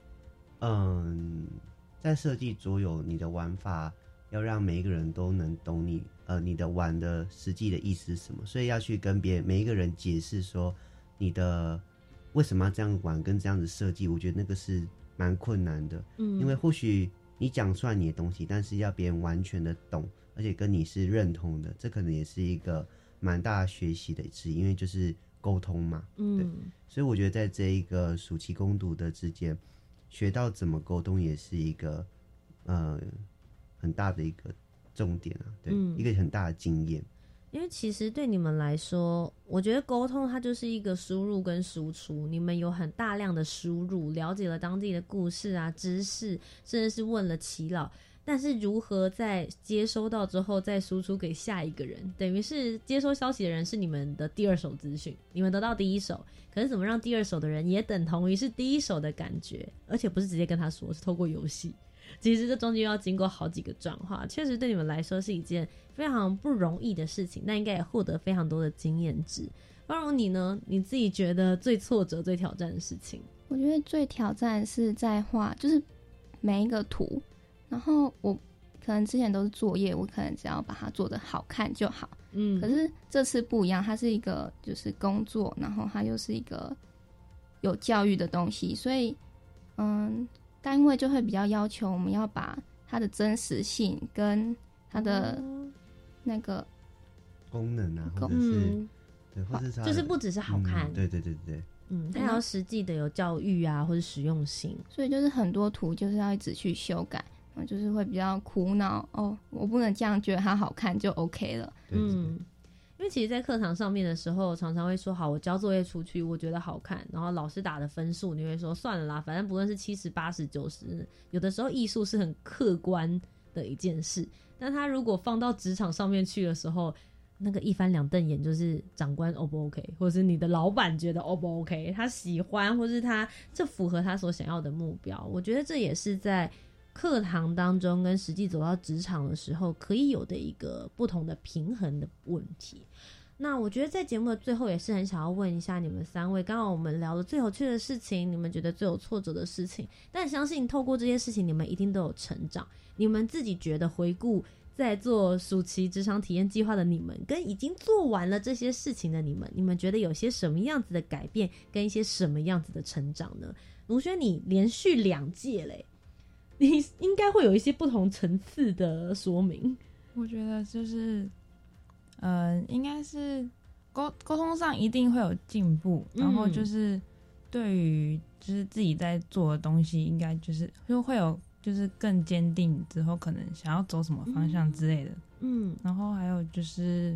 在设计桌游，你的玩法要让每一个人都能懂你的玩的实际的意思是什么，所以要去跟每一个人解释说你的为什么要这样玩跟这样子设计，我觉得那个是蛮困难的。因为或许你讲出来你的东西，但是要别人完全的懂，而且跟你是认同的，这可能也是一个蛮大学习的之一，因为就是沟通嘛。对，所以我觉得在这一个暑期攻读的之间，学到怎么沟通也是一个很大的一个重点啊，对，一个很大的经验。
因为其实对你们来说，我觉得沟通它就是一个输入跟输出，你们有很大量的输入，了解了当地的故事啊、知识，甚至是问了耆老，但是如何在接收到之后再输出给下一个人，等于是接收消息的人是你们的第二手资讯，你们得到第一手，可是怎么让第二手的人也等同于是第一手的感觉，而且不是直接跟他说，是透过游戏，其实这中间要经过好几个转化，确实对你们来说是一件非常不容易的事情，但应该也获得非常多的经验值。包容你呢？你自己觉得最挫折、最挑战的事情？
我觉得最挑战是在画，就是每一个图，然后我可能之前都是作业，我可能只要把它做得好看就好。可是这次不一样，它是一个就是工作，然后它又是一个有教育的东西，所以单位就会比较要求我们要把它的真实性跟它的那个
功能啊，或者是对，或者是
就是不只是好看，
对，
它要实际的有教育啊，或者实用性，
所以就是很多图就是要一直去修改，就是会比较苦恼哦，我不能这样觉得它好看就 OK 了。
因为其实在课堂上面的时候常常会说好，我交作业出去我觉得好看，然后老师打的分数你会说算了啦，反正不论是70、80、90，有的时候艺术是很客观的一件事，但他如果放到职场上面去的时候，那个一翻两瞪眼，就是长官 O 不 OK， 或者是你的老板觉得 O 不 OK， 他喜欢或是他这符合他所想要的目标，我觉得这也是在课堂当中跟实际走到职场的时候可以有的一个不同的平衡的问题。那我觉得在节目的最后也是很想要问一下你们三位，刚刚我们聊了最有趣的事情，你们觉得最有挫折的事情，但相信透过这些事情你们一定都有成长，你们自己觉得回顾在做暑期职场体验计划的你们跟已经做完了这些事情的你们觉得有些什么样子的改变跟一些什么样子的成长呢？卢轩，你连续2届嘞，你应该会有一些不同层次的说明。
我觉得就是应该是沟通上一定会有进步，然后就是对于就是自己在做的东西应该就是会有就是更坚定之后可能想要走什么方向之类的。然后还有就是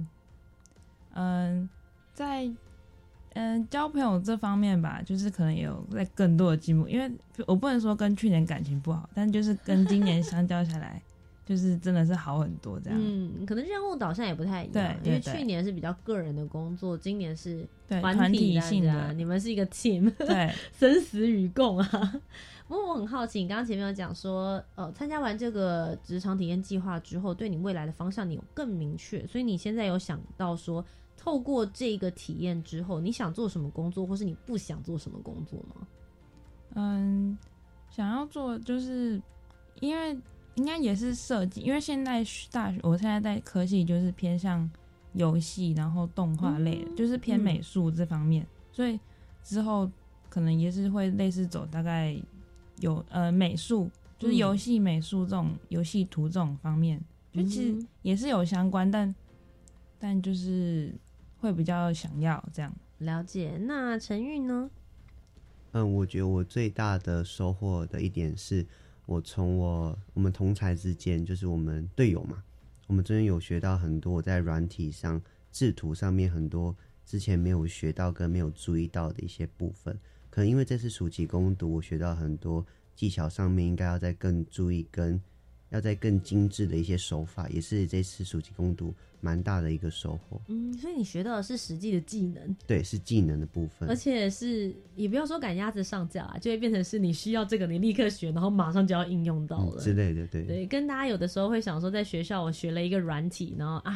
在交朋友这方面吧，就是可能也有在更多的进步，因为我不能说跟去年感情不好，但就是跟今年相较下来就是真的是好很多这样。
可能任务导向也不太一样，
对，
因为去年是比较个人的工作，今年是
团体性的，
你们是一个 team，
对，
生死与共啊。不过我很好奇，你刚刚前面有讲说参加完这个职场体验计划之后，对你未来的方向你有更明确，所以你现在有想到说透过这个体验之后你想做什么工作，或是你不想做什么工作吗？
想要做就是因为应该也是设计，因为现在大学我现在在科系就是偏向游戏然后动画类的，就是偏美术这方面，所以之后可能也是会类似走大概有美术，就是游戏美术这种游戏图这种方面，就其实也是有相关，但就是会比较想要这样。
了解。那陈玉呢？
我觉得我最大的收获的一点是我从我们同才之间，就是我们队友嘛，我们真的有学到很多我在软体上制图上面很多之前没有学到跟没有注意到的一些部分，可能因为这次暑期攻读我学到很多技巧上面应该要再更注意跟要再更精致的一些手法，也是这次暑期攻读蛮大的一个收获。
所以你学到的是实际的技能，
对，是技能的部分，
而且是也不要说赶鸭子上架啊，就会变成是你需要这个你立刻学，然后马上就要应用到了，
之类的。对，
跟大家有的时候会想说在学校我学了一个软体，然后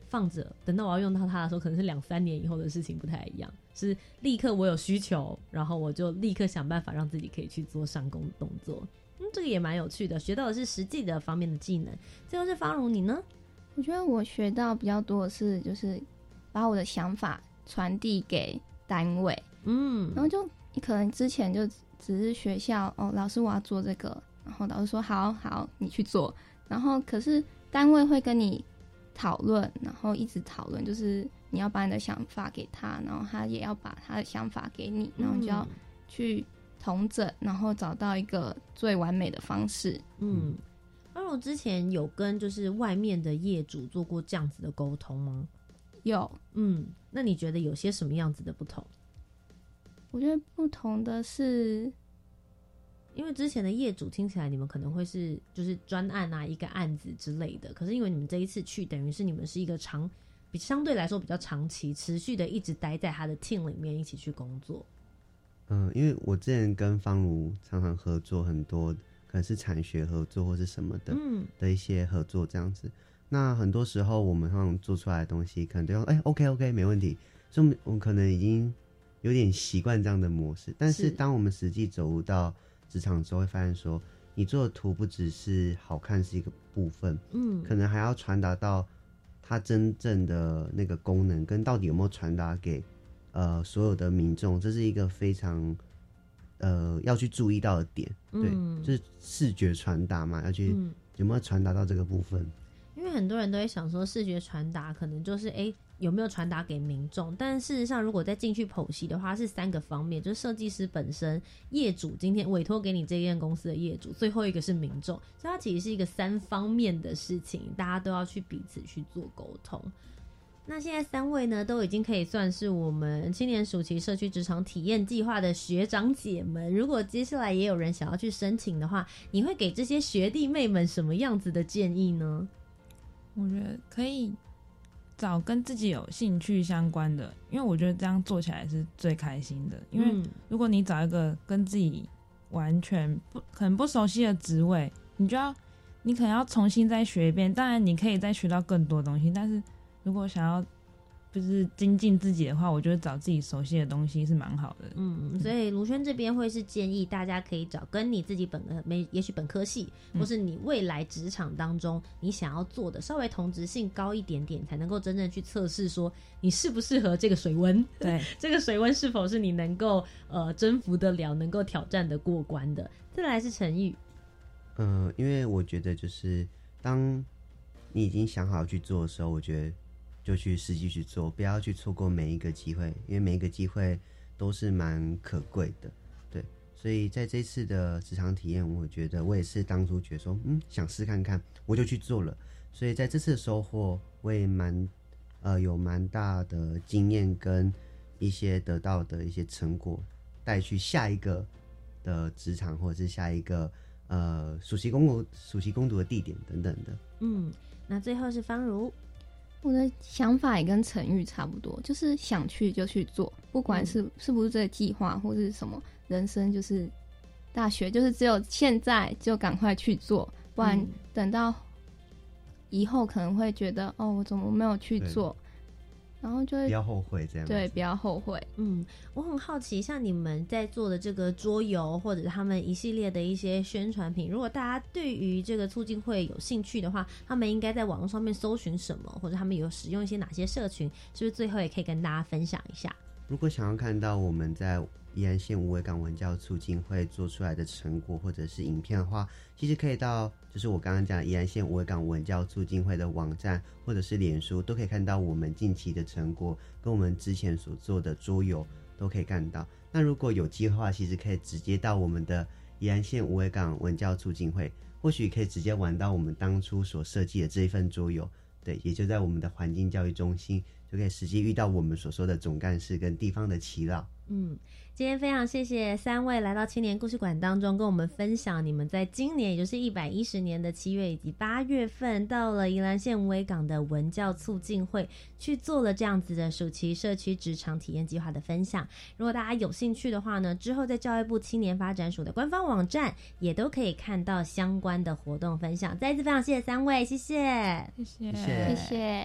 放着，等到我要用到它的时候，可能是2-3年以后的事情，不太一样。是立刻我有需求，然后我就立刻想办法让自己可以去做上工的动作。这个也蛮有趣的，学到的是实际的方面的技能。最后是方如，你呢？
我觉得我学到比较多的是，就是把我的想法传递给单位，然后就可能之前就只是学校老师我要做这个，然后老师说好你去做，然后可是单位会跟你讨论，然后一直讨论，就是你要把你的想法给他，然后他也要把他的想法给你，然后你就要去统整，然后找到一个最完美的方式。
方如之前有跟就是外面的业主做过这样子的沟通吗？
有。
那你觉得有些什么样子的不同？
我觉得不同的是，
因为之前的业主听起来你们可能会是就是专案啊，一个案子之类的，可是因为你们这一次去，等于是你们是一个相对来说比较长期持续的一直待在他的 team 里面一起去工作。
因为我之前跟方如常常合作很多，可能是产学合作或是什么的，的一些合作这样子。那很多时候我们通常做出来的东西，可能都要OK 没问题，所以我们可能已经有点习惯这样的模式。但是当我们实际走入到职场之后，会发现说，你做的图不只是好看是一个部分，可能还要传达到它真正的那个功能，跟到底有没有传达给所有的民众，这是一个非常要去注意到的点。对，就是视觉传达嘛，要去有没有传达到这个部分。
因为很多人都会想说视觉传达可能就是有没有传达给民众，但事实上如果再进去剖析的话，是3个方面，就是设计师本身、业主今天委托给你这间公司的业主，最后一个是民众，所以它其实是一个3方面的事情，大家都要去彼此去做沟通。那现在3位呢，都已经可以算是我们青年暑期社区职场体验计划的学长姐们。如果接下来也有人想要去申请的话，你会给这些学弟妹们什么样子的建议呢？
我觉得可以找跟自己有兴趣相关的，因为我觉得这样做起来是最开心的。因为如果你找一个跟自己完全可能不熟悉的职位，你可能要重新再学一遍。当然你可以再学到更多东西，但是如果想要就是精进自己的话，我觉得找自己熟悉的东西是蛮好的。
所以卢轩这边会是建议大家可以找跟你自己也许本科系，或是你未来职场当中你想要做的稍微同质性高一点点，才能够真正去测试说你适不适合这个水温。对，这个水温是否是你能够征服得了，能够挑战的过关的。再来是陈玉。
因为我觉得就是当你已经想好去做的时候，我觉得就去实际去做，不要去错过每一个机会，因为每一个机会都是蛮可贵的。对，所以在这次的职场体验，我觉得我也是当初觉得说想试看看，我就去做了。所以在这次的收获，我也有蛮大的经验跟一些得到的一些成果，带去下一个的职场或者是下一个暑期攻读的地点等等的。
那最后是方如。
我的想法也跟陈玉差不多，就是想去就去做，不管是不是这个计划或是什么，人生就是大学就是只有现在就赶快去做，不然等到以后可能会觉得我怎么没有去做，然后就会
不要后悔这样。
对，不要后悔。
我很好奇，像你们在做的这个桌游，或者是他们一系列的一些宣传品，如果大家对于这个促进会有兴趣的话，他们应该在网络上面搜寻什么，或者他们有使用一些哪些社群，是不是最后也可以跟大家分享一下？
如果想要看到我们在宜兰县无尾港文教促进会做出来的成果或者是影片的话，其实可以到就是我刚刚讲的宜兰县无尾港文教促进会的网站或者是脸书，都可以看到我们近期的成果跟我们之前所做的桌游都可以看到。那如果有机会的话，其实可以直接到我们的宜兰县无尾港文教促进会，或许可以直接玩到我们当初所设计的这一份桌游。对，也就在我们的环境教育中心，就可以实际遇到我们所说的总干事跟地方的耆老。
今天非常谢谢3位来到青年故事馆当中，跟我们分享你们在今年也就是110年的7月以及8月份到了宜兰县无尾港的文教促进会去做了这样子的暑期社区职场体验计划的分享。如果大家有兴趣的话呢，之后在教育部青年发展署的官方网站也都可以看到相关的活动分享。再一次非常谢谢3位，谢谢。
谢谢。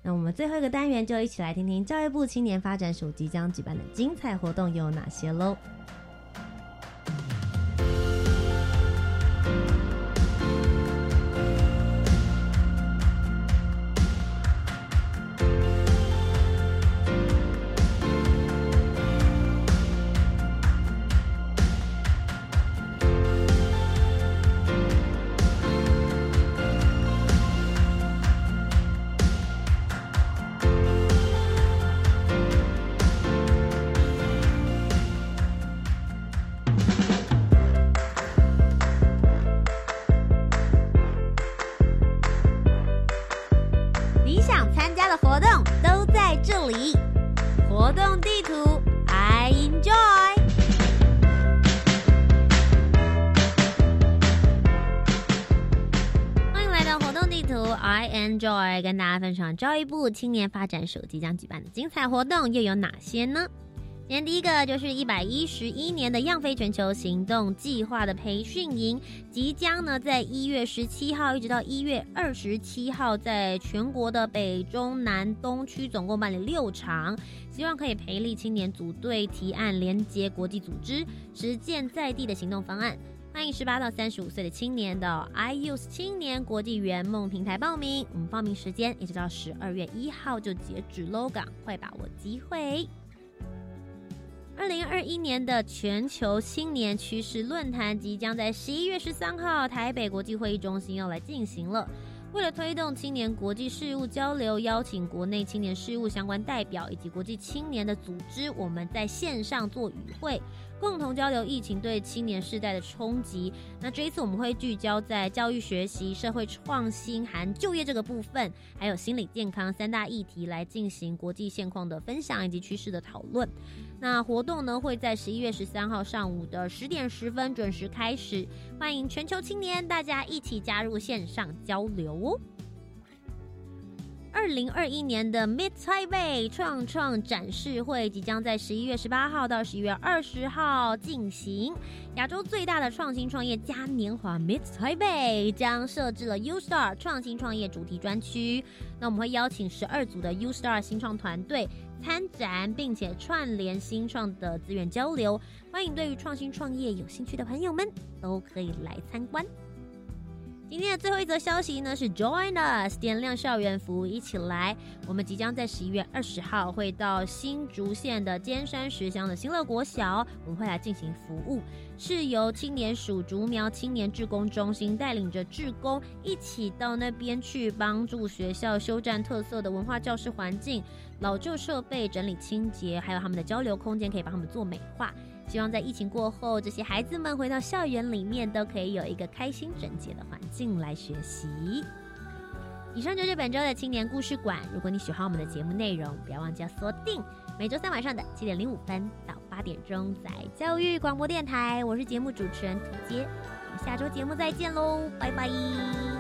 那我们最后一个单元就一起来听听教育部青年发展署即将举办的精彩活动有哪些咯。你想参加的活动都在这里，活动地图 I enjoy。 欢迎来到活动地图 I enjoy， 跟大家分享教育部青年发展署即将举办的精彩活动又有哪些呢？今天第一个就是111年的样飞全球行动计划的培训营，即将呢在1月17号一直到1月27号，在全国的北中南东区总共办理6场，希望可以培力青年组队提案，连结国际组织，实践在地的行动方案。欢迎18到35岁的青年的 iYouth 青年国际圆梦平台报名，我们报名时间一直到12月1号就截止咯，赶快把握机会。2021年的全球青年趋势论坛即将在11月13号台北国际会议中心要来进行了。为了推动青年国际事务交流，邀请国内青年事务相关代表以及国际青年的组织，我们在线上做与会，共同交流疫情对青年世代的冲击。那这一次我们会聚焦在教育学习、社会创新和就业这个部分，还有心理健康3大议题来进行国际现况的分享以及趋势的讨论。那活动呢会在11月13号上午的10点10分准时开始，欢迎全球青年大家一起加入线上交流哦。2021年的 Meet Taipei 创展示会即将在11月18号到11月20号进行。亚洲最大的创新创业嘉年华 Meet Taipei 将设置了 U-Star 创新创业主题专区，那我们会邀请12组的 U-Star 新创团队参展，并且串联新创的资源交流，欢迎对于创新创业有兴趣的朋友们都可以来参观。今天的最后一则消息呢是 Join Us 点亮校园服务一起来，我们即将在11月20号会到新竹县的尖山石乡的新乐国小，我们会来进行服务，是由青年署竹苗青年志工中心带领着志工一起到那边去帮助学校修缮特色的文化教室环境，老旧设备整理清洁，还有他们的交流空间可以帮他们做美化，希望在疫情过后，这些孩子们回到校园里面都可以有一个开心整洁的环境来学习。以上就是本周的青年故事馆，如果你喜欢我们的节目内容，不要忘记要锁定每周3晚上的7点05分到8点钟在教育广播电台，我是节目主持人涂杰，我们下周节目再见喽，拜拜。